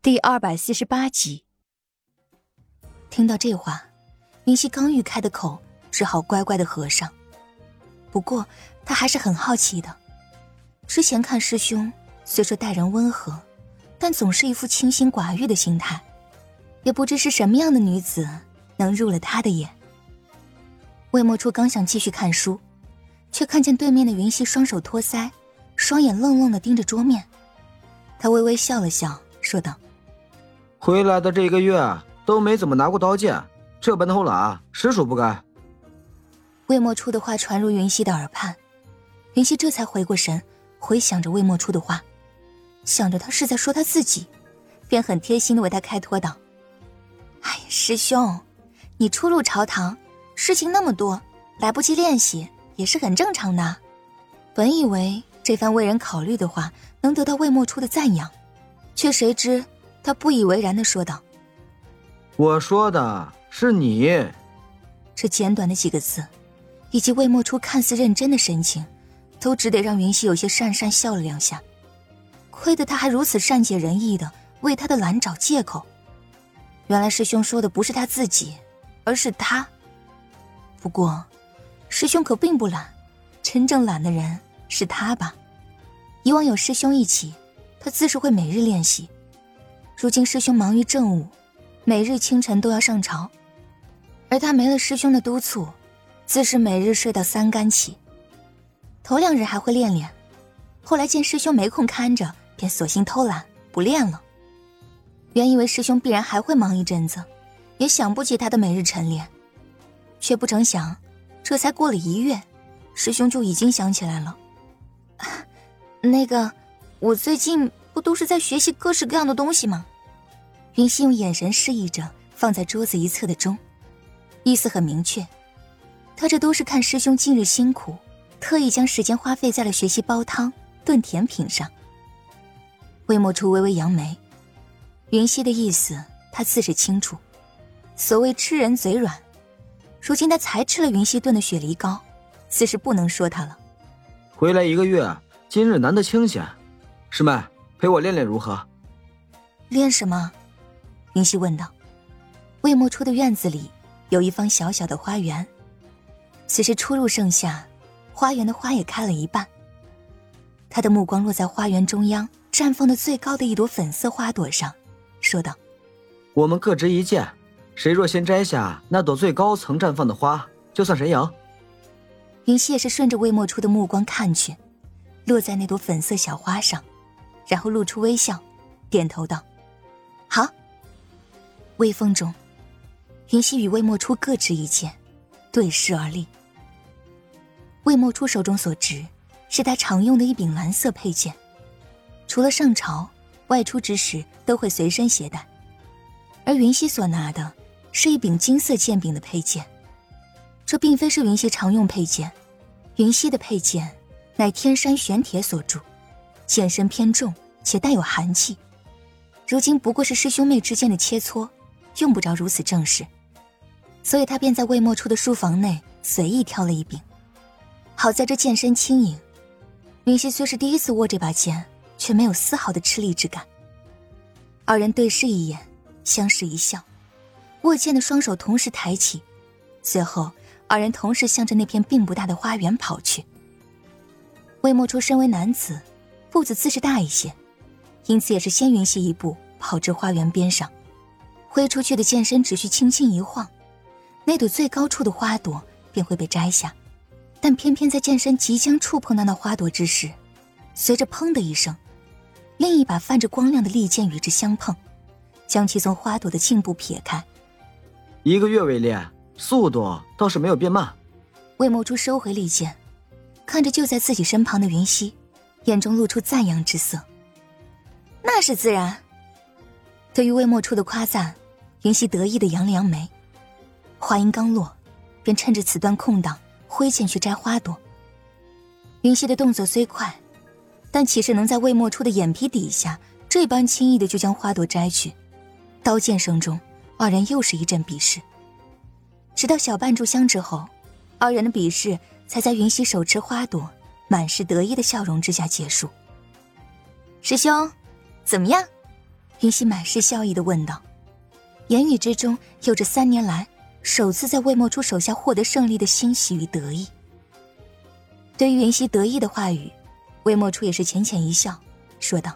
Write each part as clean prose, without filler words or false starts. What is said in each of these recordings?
第248集。听到这话，云溪刚欲开的口，只好乖乖的合上。不过他还是很好奇的，之前看师兄虽说待人温和，但总是一副清心寡欲的心态，也不知是什么样的女子能入了他的眼。魏莫初刚想继续看书，却看见对面的云溪双手托腮，双眼愣愣地盯着桌面。他微微笑了笑，说道： 回来的这个月都没怎么拿过刀剑，这般偷懒实属不该。 魏莫初的话传入云溪的耳畔，云溪这才回过神，回想着魏莫初的话，想着他是在说他自己，便很贴心地为他开脱道：哎呀，师兄，你初入朝堂，事情那么多，来不及练习也是很正常的。本以为这番为人考虑的话能得到魏莫初的赞扬，却谁知他不以为然地说道： 我说的是你。 这简短的几个字，以及魏莫初看似认真的神情，都只得让云溪有些讪讪笑了两下。亏得他还如此善解人意地为他的懒找借口。原来师兄说的不是他自己，而是他。不过师兄可并不懒，真正懒的人是他吧。以往有师兄一起，他自是会每日练习。如今师兄忙于政务，每日清晨都要上朝，而他没了师兄的督促，自是每日睡到3更起。头2日还会练练，后来见师兄没空看着，便索性偷懒不练了。原以为师兄必然还会忙一阵子，也想不起他的每日晨练，却不成想这才过了1月，师兄就已经想起来了。那个，我最近不都是在学习各式各样的东西吗？云溪用眼神示意着放在桌子一侧的钟，意思很明确，他这都是看师兄近日辛苦，特意将时间花费在了学习煲汤炖甜品上。魏莫初微微扬眉，云溪的意思他自是清楚，所谓吃人嘴软，如今他才吃了云溪炖的雪梨糕，自是不能说他了。 回来1个月，今日难得清闲，师妹陪我练练如何？ 练什么？云溪问道。魏莫初的院子里有一方小小的花园，此时初入盛夏，花园的花也开了一半。他的目光落在花园中央绽放的最高的一朵粉色花朵上，说道： 我们各执一剑，谁若先摘下那朵最高层绽放的花，就算谁赢。 云溪也是顺着魏莫初的目光看去，落在那朵粉色小花上，然后露出微笑，点头道：好。微风中，云溪与魏莫初各执一剑，对视而立。魏莫初手中所执是他常用的一柄蓝色佩剑，除了上朝外出之时都会随身携带，而云溪所拿的是一柄金色剑柄的佩剑。这并非是云溪常用佩剑，云溪的佩剑乃天山玄铁所铸，剑身偏重且带有寒气，如今不过是师兄妹之间的切磋，用不着如此正式，所以他便在魏莫初的书房内随意挑了一柄。好在这剑身轻盈，云溪虽是第一次握这把剑，却没有丝毫的吃力之感。二人对视一眼，相视一笑，握剑的双手同时抬起，随后二人同时向着那片并不大的花园跑去。魏莫初身为男子，步子自是大一些，因此也是先云溪一步跑至花园边上，挥出去的剑身只需轻轻一晃，那朵最高处的花朵便会被摘下。但偏偏在剑身即将触碰到那花朵之时，随着砰的一声，另一把泛着光亮的利剑与之相碰，将其从花朵的颈部撇开。 1个月未练，速度倒是没有变慢。 魏莫初收回利剑，看着就在自己身旁的云溪，眼中露出赞扬之色。那是自然。对于魏莫初的夸赞，云溪得意地扬了扬眉。话音刚落，便趁着此段空档挥剑去摘花朵。云溪的动作虽快，但岂是能在魏莫初的眼皮底下这般轻易的就将花朵摘去？刀剑声中，二人又是一阵比试。直到小半炷香之后，二人的比试才在云溪手持花朵满是得意的笑容之下结束。师兄怎么样？ 云溪满是笑意地问道，言语之中有着3年来首次在魏莫初手下获得胜利的欣喜与得意。对于云溪得意的话语，魏莫初也是浅浅一笑，说道：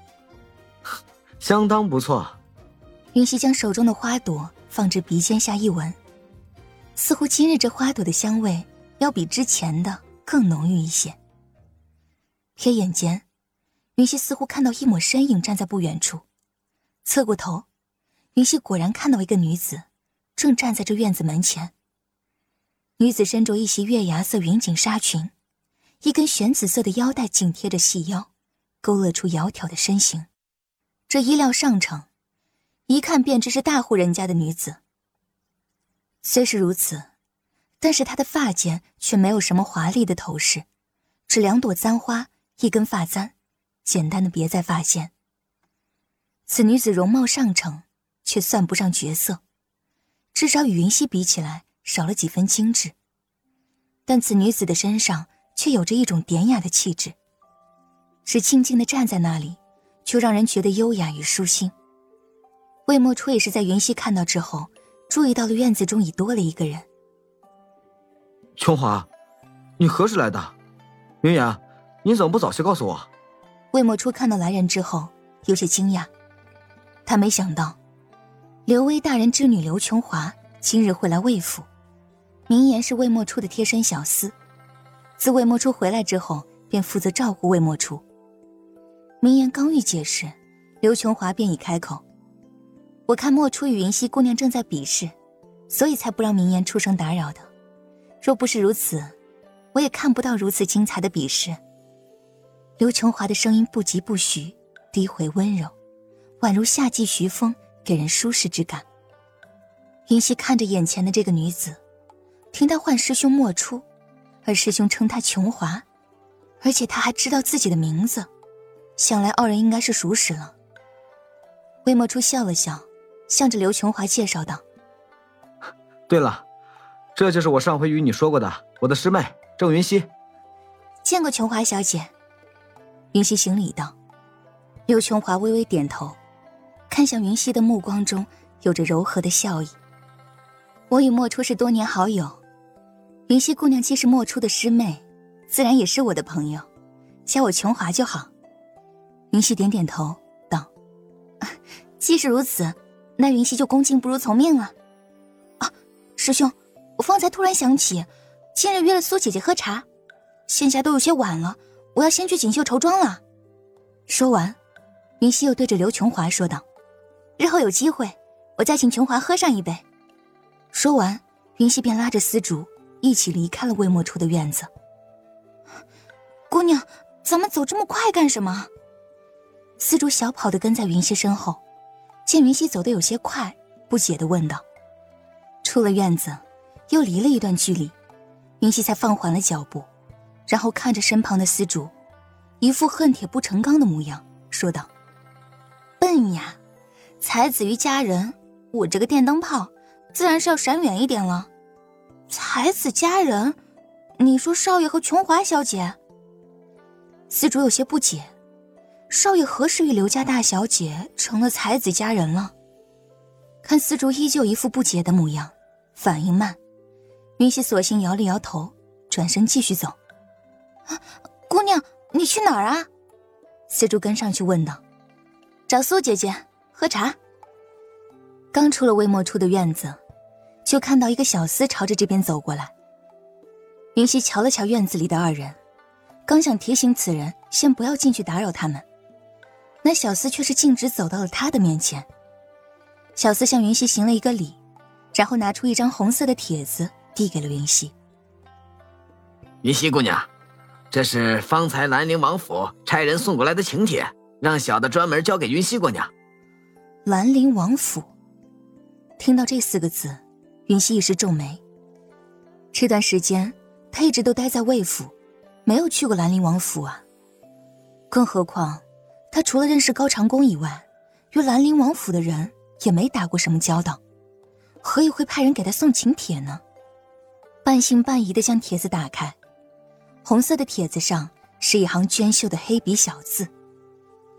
相当不错。 云溪将手中的花朵放至鼻尖下一闻，似乎今日这花朵的香味要比之前的更浓郁一些。瞥眼间，云溪似乎看到一抹身影站在不远处，侧过头，云溪果然看到一个女子正站在这院子门前。女子身着一袭月牙色云锦纱裙，一根玄紫色的腰带紧贴着细腰，勾勒出窈窕的身形。这衣料上乘，一看便知是大户人家的女子。虽是如此，但是她的发间却没有什么华丽的头饰，只2朵簪花，一根发簪，简单的别在发间。此女子容貌上乘，却算不上绝色，至少与云溪比起来少了几分精致。但此女子的身上却有着一种典雅的气质，只静静地站在那里，就让人觉得优雅与舒心。魏莫初也是在云溪看到之后，注意到了院子中已多了一个人。 琼华，你何时来的？云雅，你怎么不早些告诉我？ 魏莫初看到来人之后有些惊讶，他没想到刘威大人之女刘琼华今日会来魏府。明言是魏莫初的贴身小厮，自魏莫初回来之后便负责照顾魏莫初。明言刚欲解释，刘琼华便已开口：我看莫初与云溪姑娘正在比试，所以才不让明言出声打扰的。若不是如此，我也看不到如此精彩的比试。刘琼华的声音不疾不徐，低回温柔，宛如夏季徐风，给人舒适之感。云溪看着眼前的这个女子，听她唤师兄莫初，而师兄称她琼华，而且她还知道自己的名字，想来2人应该是熟识了。魏莫初笑了笑，向着刘琼华介绍道： 对了，这就是我上回与你说过的我的师妹郑云溪。 见过琼华小姐。云溪行礼道。刘琼华微微点头，看向云溪的目光中有着柔和的笑意。我与莫初是多年好友，云溪姑娘既是莫初的师妹，自然也是我的朋友，叫我琼华就好。云溪点点头道：既是如此，那云溪就恭敬不如从命了。啊，师兄，我方才突然想起，今日约了苏姐姐喝茶，现在都有些晚了，我要先去锦绣绸庄了。说完，云溪又对着刘琼华说道：日后有机会，我再请琼华喝上一杯。说完，云溪便拉着丝竹一起离开了魏莫初的院子。姑娘，咱们走这么快干什么？丝竹小跑地跟在云溪身后，见云溪走得有些快，不解地问道。出了院子，又离了一段距离，云溪才放缓了脚步，然后看着身旁的丝竹，一副恨铁不成钢的模样，说道：笨呀，才子于佳人，我这个电灯泡自然是要闪远一点了。才子佳人，你说少爷和琼华小姐？丝竹有些不解，少爷何时与刘家大小姐成了才子佳人了？看丝竹依旧一副不解的模样，反应慢，云溪索性摇了摇头，转身继续走。姑娘，你去哪儿啊？丝竹跟上去问道。找苏姐姐喝茶。刚出了魏莫初的院子，就看到一个小厮朝着这边走过来。云溪瞧了瞧院子里的2人，刚想提醒此人先不要进去打扰他们，那小厮却是径直走到了他的面前。小厮向云溪行了一个礼，然后拿出一张红色的帖子递给了云溪。 云溪姑娘，这是方才兰陵王府差人送过来的请帖，让小的专门交给云溪姑娘。 兰陵王府，听到这4个字，云溪一时皱眉。这段时间他一直都待在魏府，没有去过兰陵王府啊。更何况他除了认识高长恭以外，与兰陵王府的人也没打过什么交道，何以会派人给他送请帖呢？半信半疑地将帖子打开，红色的帖子上是一行娟秀的黑笔小字：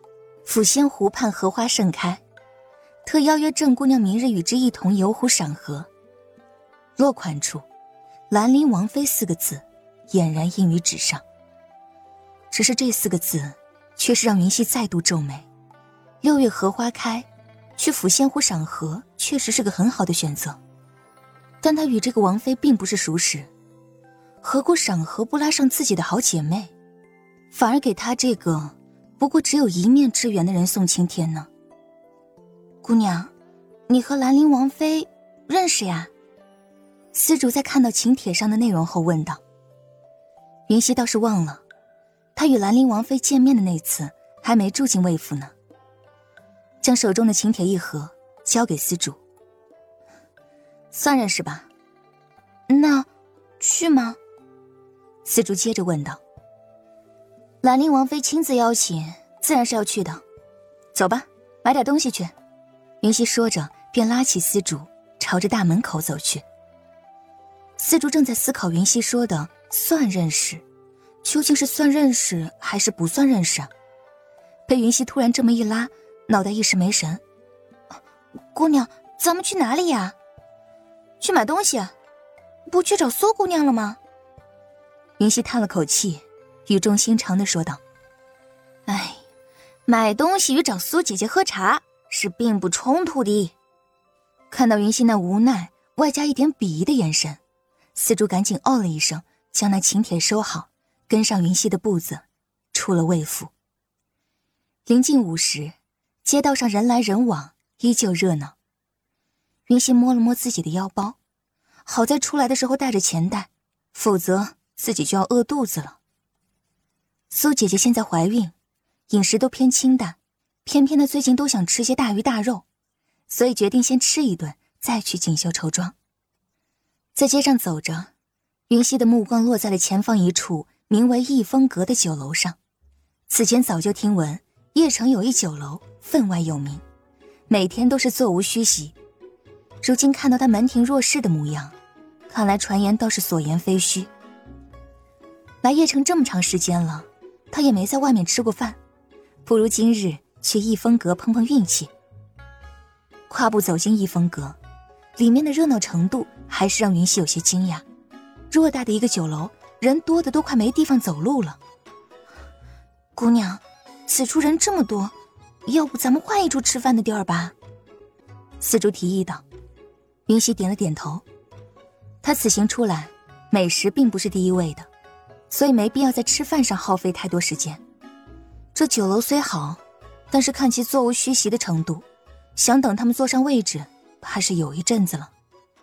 抚仙湖畔荷花盛开，特邀约郑姑娘明日与之一同游湖赏荷。落款处，兰陵王妃4个字俨然印于纸上。只是这4个字却是让云溪再度皱眉。6月荷花开，去抚仙湖赏荷确实是个很好的选择，但她与这个王妃并不是熟识，何故赏荷不拉上自己的好姐妹，反而给她这个不过只有一面之缘的人送青天呢？姑娘，你和兰陵王妃认识呀？司主在看到请帖上的内容后问道。云溪倒是忘了，她与兰陵王妃见面的那次还没住进魏府呢。将手中的请帖一合，交给司主。算认识吧。那去吗？司主接着问道。兰陵王妃亲自邀请，自然是要去的。走吧，买点东西去。云溪说着便拉起司主朝着大门口走去。司主正在思考云溪说的算认识究竟是算认识还是不算认识啊？被云溪突然这么一拉，脑袋一时没神。姑娘，咱们去哪里呀？去买东西。不去找苏姑娘了吗？云溪叹了口气，语重心长地说道。哎，买东西与找苏姐姐喝茶是并不冲突的。看到云溪那无奈外加一点鄙夷的眼神，司主赶紧哦了一声，将那请帖收好，跟上云溪的步子，出了魏府。临近午时，街道上人来人往，依旧热闹。云溪摸了摸自己的腰包，好在出来的时候带着钱袋，否则自己就要饿肚子了。苏姐姐现在怀孕，饮食都偏清淡，偏偏她最近都想吃些大鱼大肉，所以决定先吃一顿，再去锦绣绸庄。在街上走着，云溪的目光落在了前方一处名为逸风阁的酒楼上。此前早就听闻邺城有一酒楼分外有名，每天都是座无虚席。如今看到他门庭若市的模样，看来传言倒是所言非虚。来邺城这么长时间了，他也没在外面吃过饭，不如今日去逸风阁碰碰运气。跨步走进逸风阁，里面的热闹程度还是让云溪有些惊讶。偌大的一个酒楼，人多的都快没地方走路了。姑娘，此处人这么多，要不咱们换一处吃饭的地儿吧？司主提议道。云溪点了点头。他此行出来，美食并不是第一位的，所以没必要在吃饭上耗费太多时间。这酒楼虽好，但是看其座无虚席的程度，想等他们坐上位置，怕是有一阵子了。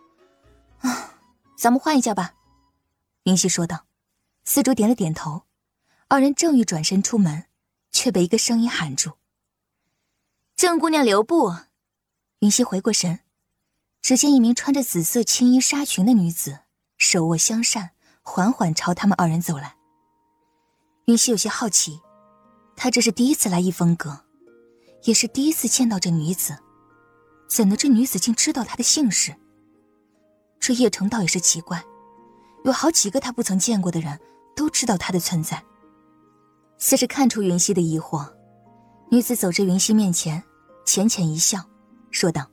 咱们换一家吧。云溪说道。司主点了点头。二人正欲转身出门，却被一个声音喊住。郑姑娘留步。云溪回过神，只见一名穿着紫色青衣纱裙的女子手握香扇，缓缓朝他们二人走来。云溪有些好奇，她这是第一次来逸风阁，也是第一次见到这女子，怎的这女子竟知道她的姓氏？这邺城倒也是奇怪，有好几个她不曾见过的人都知道她的存在。似是看出云溪的疑惑，女子走至云溪面前，浅浅一笑，说道：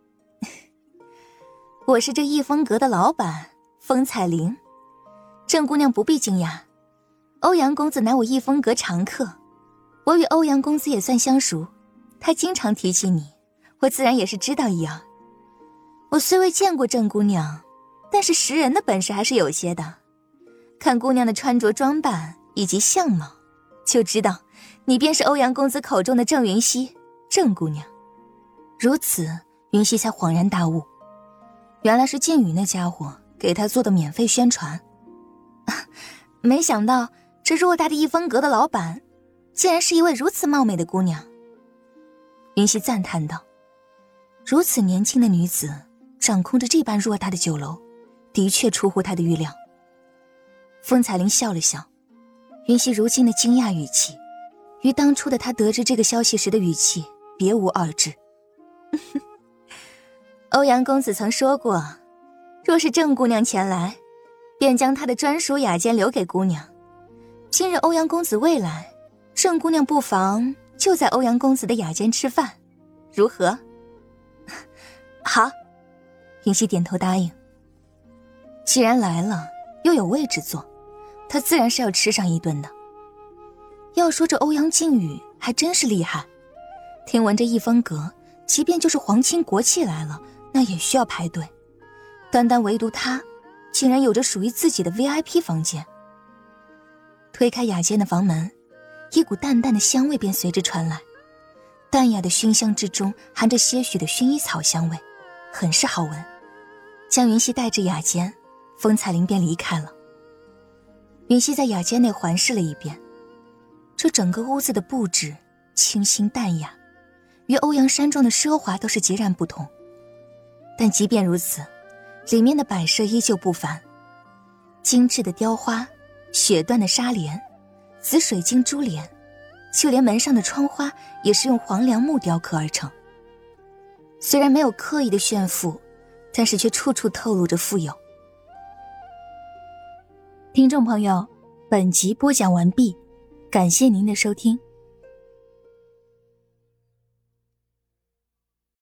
我是这逸风阁的老板风彩玲，郑姑娘不必惊讶，欧阳公子乃我逸风阁常客，我与欧阳公子也算相熟，他经常提起你，我自然也是知道一二。我虽未见过郑姑娘，但是识人的本事还是有些的，看姑娘的穿着装扮以及相貌，就知道你便是欧阳公子口中的郑云溪，郑姑娘。如此，云溪才恍然大悟，原来是靖宇那家伙给他做的免费宣传。没想到这偌大的逸风阁的老板，竟然是一位如此貌美的姑娘。云溪赞叹道：如此年轻的女子，掌控着这般偌大的酒楼，的确出乎她的预料。风彩玲笑了笑，云溪如今的惊讶语气，与当初的她得知这个消息时的语气别无二致。欧阳公子曾说过，若是郑姑娘前来，便将她的专属雅间留给姑娘。今日欧阳公子未来，郑姑娘不妨就在欧阳公子的雅间吃饭，如何？好，云溪点头答应。既然来了，又有位置坐，他自然是要吃上一顿的。要说这欧阳靖宇还真是厉害，听闻这逸风阁，即便就是皇亲国戚来了，那也需要排队，单单唯独他，竟然有着属于自己的 VIP 房间。推开雅间的房门，一股淡淡的香味便随之传来，淡雅的熏香之中含着些许的薰衣草香味，很是好闻。将云溪带至雅间，风采铃便离开了。云溪在雅间内环视了一遍，这整个屋子的布置清新淡雅，与欧阳山庄的奢华都是截然不同。但即便如此，里面的摆设依旧不凡，精致的雕花，雪缎的纱帘，紫水晶珠帘，就连门上的窗花也是用黄梁木雕刻而成。虽然没有刻意的炫富，但是却处处透露着富有。听众朋友，本集播讲完毕，感谢您的收听。